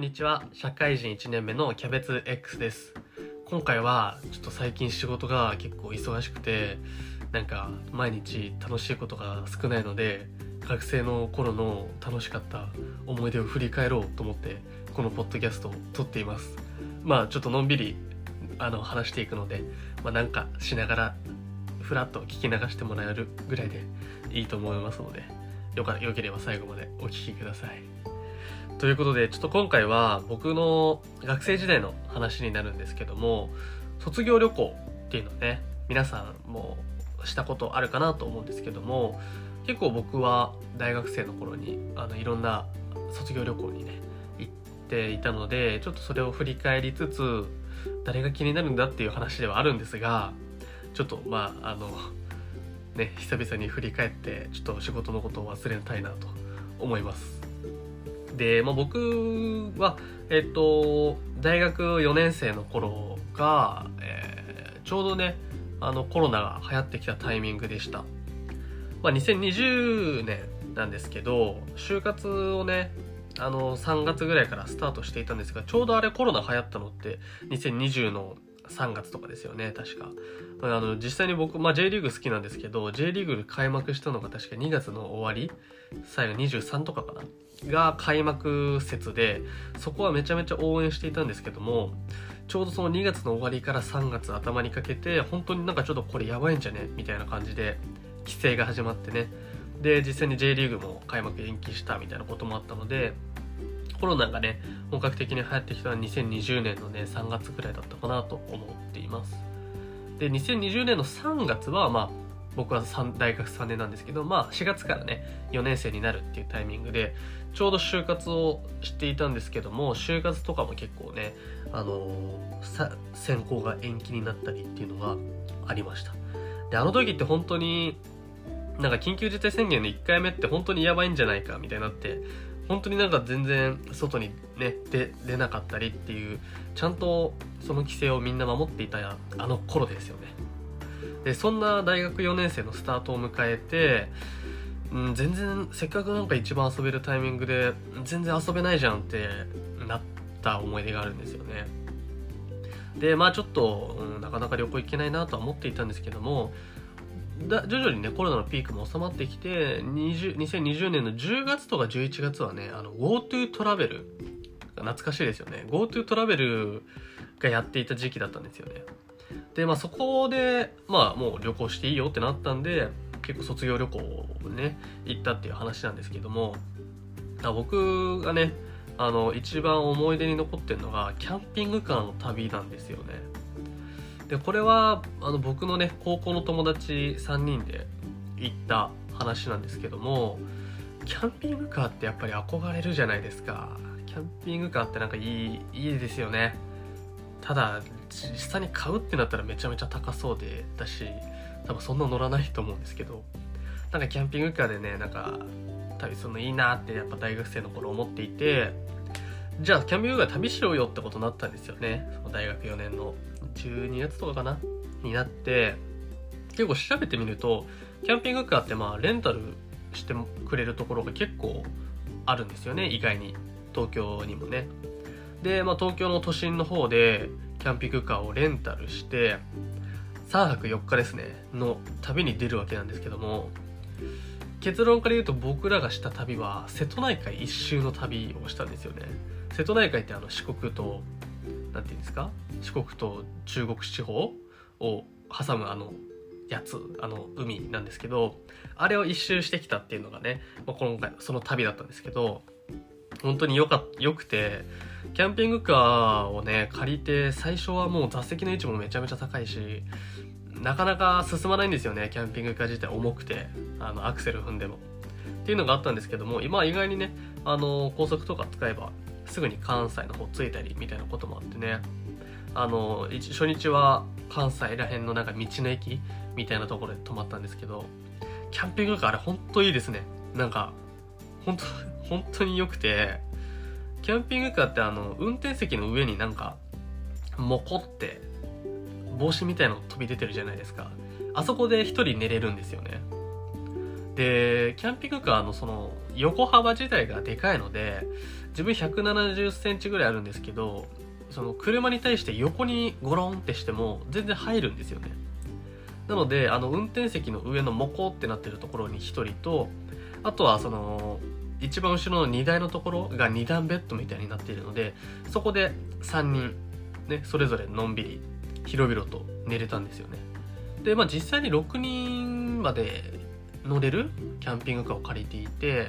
にちは。社会人1年目のキャベツ X です。今回はちょっと最近仕事が結構忙しくて、毎日楽しいことが少ないので、学生の頃の楽しかった思い出を振り返ろうと思ってこのポッドキャストを撮っています。ちょっとのんびり話していくので、なんかしながらふらっと聞き流してもらえるぐらいでいいと思いますので、よければ最後までお聞きください。ということで、ちょっと今回は僕の学生時代の話になるんですけども、卒業旅行っていうのね、皆さんもしたことあるかなと思うんですけども、結構僕は大学生の頃にいろんな卒業旅行にね行っていたので、ちょっとそれを振り返りつつ、誰が気になるんだっていう話ではあるんですが、ちょっと久々に振り返ってちょっと仕事のことを忘れたいなと思います。で、僕は大学4年生の頃が、ちょうどねコロナが流行ってきたタイミングでした。2020年なんですけど、就活をね3月ぐらいからスタートしていたんですが、ちょうどあれコロナ流行ったのって2020の3月とかですよね、確か。実際に僕、J リーグ好きなんですけど、J リーグ開幕したのが確か2月の終わり、最後23とかかなが開幕節で、そこはめちゃめちゃ応援していたんですけども、ちょうどその2月の終わりから3月頭にかけて、本当にちょっとこれやばいんじゃねみたいな感じで規制が始まってね、で実際に J リーグも開幕延期したみたいなこともあったので、コロナがね本格的に流行ってきたのは2020年のね3月くらいだったかなと思っています。で2020年の3月は僕は大学3年なんですけど、4月からね4年生になるっていうタイミングでちょうど就活をしていたんですけども、就活とかも結構ね選考が延期になったりっていうのがありました。であの時って本当に緊急事態宣言の1回目って本当にやばいんじゃないかみたいになって、本当に全然外にね出なかったりっていう、ちゃんとその規制をみんな守っていたあの頃ですよね。でそんな大学4年生のスタートを迎えて、全然せっかく一番遊べるタイミングで全然遊べないじゃんってなった思い出があるんですよね。でちょっと、なかなか旅行行けないなとは思っていたんですけども、徐々にねコロナのピークも収まってきて、2020年の10月とか11月はねGoTo トラベル、懐かしいですよね。 GoTo トラベルがやっていた時期だったんですよね。でそこでもう旅行していいよってなったんで、結構卒業旅行をね行ったっていう話なんですけども、僕がね一番思い出に残ってるのがキャンピングカーの旅なんですよね。でこれは僕のね高校の友達3人で行った話なんですけども、キャンピングカーってやっぱり憧れるじゃないですか。キャンピングカーっていいですよね。ただ実際に買うってなったらめちゃめちゃ高そうでだし、多分そんな乗らないと思うんですけど、キャンピングカーでね旅するのいいなってやっぱ大学生の頃思っていて、じゃあキャンピングカー旅しようよってことになったんですよね。その大学4年の12月とかかなになって、結構調べてみるとキャンピングカーってレンタルしてくれるところが結構あるんですよね、意外に。東京にもね。で東京の都心の方でキャンピングカーをレンタルして3泊4日ですねの旅に出るわけなんですけども、結論から言うと僕らがした旅は瀬戸内海一周の旅をしたんですよね。瀬戸内海って四国となんていうんですか、四国と中国地方を挟む海なんですけど、あれを一周してきたっていうのがね、今回その旅だったんですけど、本当によくて、キャンピングカーをね借りて、最初はもう座席の位置もめちゃめちゃ高いし、なかなか進まないんですよね。キャンピングカー自体重くてアクセル踏んでもっていうのがあったんですけども、今意外にね高速とか使えばすぐに関西の方着いたりみたいなこともあってね、初日は関西らへんの道の駅みたいなところで泊まったんですけど、キャンピングカーあれほんといいですね。本当に良くて、キャンピングカーって運転席の上にモコって帽子みたいなの飛び出てるじゃないですか。あそこで一人寝れるんですよね。 でキャンピングカーのその横幅自体がでかいので、自分170センチぐらいあるんですけど、その車に対して横にゴロンってしても全然入るんですよね。なので運転席の上のモコってなってるところに1人と、あとはその一番後ろの荷台のところが2段ベッドみたいになっているので、そこで3人ね、それぞれのんびり広々と寝れたんですよね。で実際に6人まで乗れるキャンピングカーを借りていて、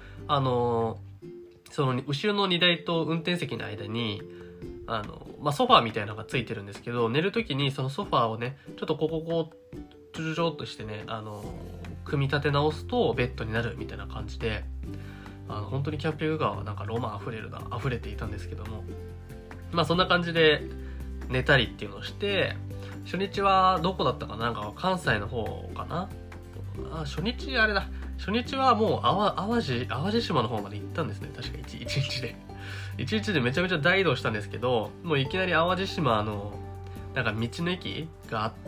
その後ろの荷台と運転席の間にソファーみたいなのがついてるんですけど、寝るときにそのソファーをね、ちょっとこうちょちょっとしてね、組み立て直すとベッドになるみたいな感じで、本当にキャンピングカーはなんかロマン溢れていたんですけども、そんな感じで寝たりっていうのをして、初日はどこだったかな、なんか関西の方かな。初日はもう淡路島の方まで行ったんですね。確か1日でめちゃめちゃ大移動したんですけど、もういきなり淡路島のなんか道の駅があって、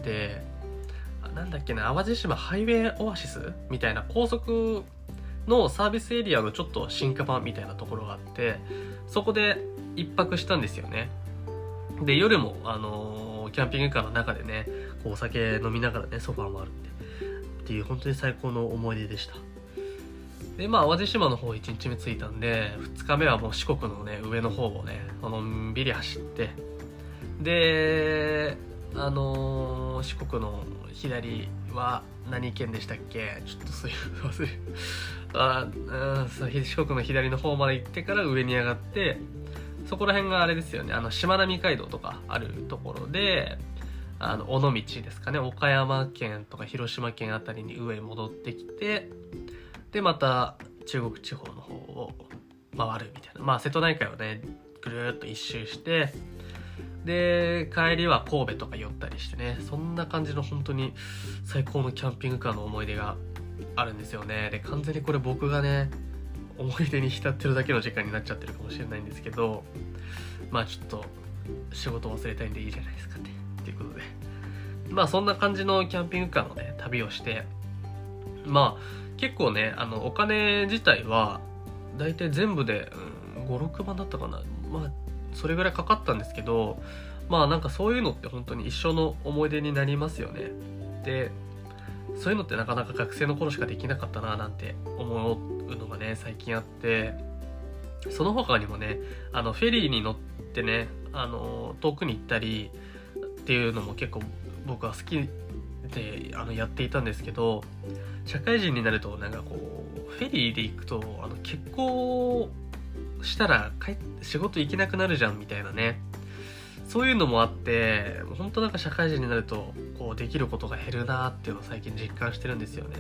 なんだっけな、淡路島ハイウェイオアシスみたいな高速のサービスエリアのちょっと進化版みたいなところがあって、そこで一泊したんですよね。で夜もキャンピングカーの中でね、こうお酒飲みながらね、ソファーもあるっていう本当に最高の思い出でした。で淡路島の方1日目着いたんで、2日目はもう四国のね上の方をねのんびり走って、で四国の左は何県でしたっけ、ちょっとそういう忘れ四国の左の方まで行ってから上に上がって、そこら辺があれですよね、しまなみ海道とかあるところで、尾道ですかね、岡山県とか広島県あたりに上に戻ってきて、でまた中国地方の方を回るみたいな、瀬戸内海をねぐるーっと一周して、で帰りは神戸とか寄ったりしてね、そんな感じの本当に最高のキャンピングカーの思い出があるんですよね。で完全にこれ僕がね思い出に浸ってるだけの時間になっちゃってるかもしれないんですけど、ちょっと仕事忘れたいんでいいじゃないですかねっていうことで、そんな感じのキャンピングカーのね旅をして、結構ねお金自体はだいたい全部で、5、6万だったかな、それぐらいかかったんですけど、なんかそういうのって本当に一生の思い出になりますよね。でそういうのってなかなか学生の頃しかできなかったななんて思うのがね最近あって、その他にもねフェリーに乗ってね遠くに行ったりっていうのも結構僕は好きでやっていたんですけど、社会人になるとなんかこうフェリーで行くと結婚したら仕事行けなくなるじゃんみたいなね、そういうのもあって、本当なんか社会人になるとこうできることが減るなっていうのを最近実感してるんですよね。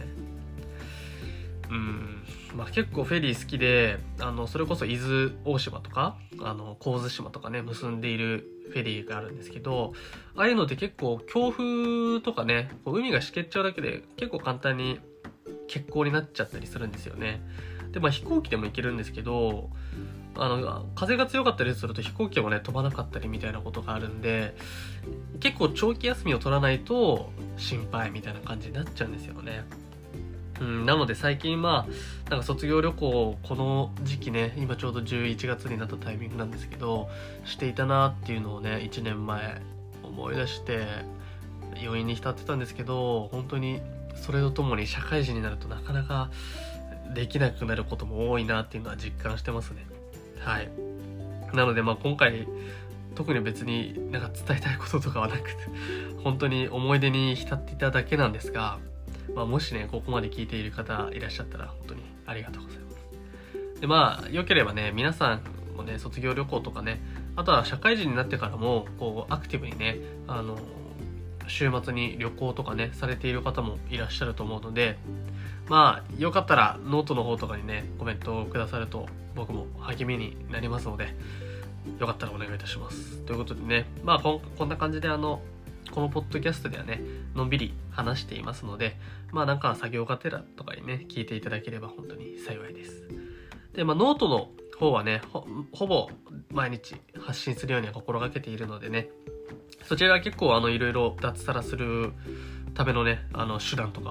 結構フェリー好きで、それこそ伊豆大島とか神津島とかね結んでいるフェリーがあるんですけど、ああいうのって結構強風とかね、こう海がしけっちゃうだけで結構簡単に欠航になっちゃったりするんですよね。で飛行機でも行けるんですけど、風が強かったりすると飛行機もね飛ばなかったりみたいなことがあるんで、結構長期休みを取らないと心配みたいな感じになっちゃうんですよね。なので最近なんか卒業旅行この時期ね、今ちょうど11月になったタイミングなんですけどしていたなっていうのをね1年前思い出して余韻に浸ってたんですけど、本当にそれとともに社会人になるとなかなかできなくなることも多いなっていうのは実感してますね。はい。なので今回特に別になんか伝えたいこととかはなくて本当に思い出に浸っていただけなんですが、もしねここまで聞いている方いらっしゃったら本当にありがとうございます。で良ければね皆さんもね卒業旅行とかね、あとは社会人になってからもこうアクティブにね週末に旅行とかねされている方もいらっしゃると思うので、よかったらノートの方とかにねコメントをくださると僕も励みになりますので、よかったらお願いいたします。ということでね、こんな感じでこのポッドキャストではねのんびり話していますので、なんか作業がてらとかにね聞いていただければ本当に幸いです。でノートの方はねほぼ毎日発信するようには心がけているのでね、そちらは結構いろいろ脱サラするためのね手段とか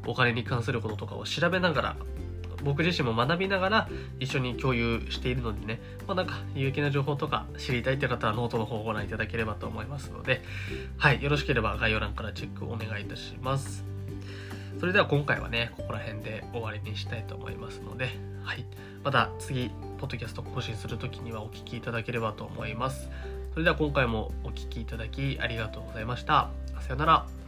お金に関することとかを調べながら、僕自身も学びながら一緒に共有しているのでね、なんか有益な情報とか知りたいという方はノートの方をご覧いただければと思いますので、はい、よろしければ概要欄からチェックお願いいたします。それでは今回はね、ここら辺で終わりにしたいと思いますので、はい、また次、ポッドキャスト更新するときにはお聞きいただければと思います。それでは今回もお聞きいただきありがとうございました。さよなら。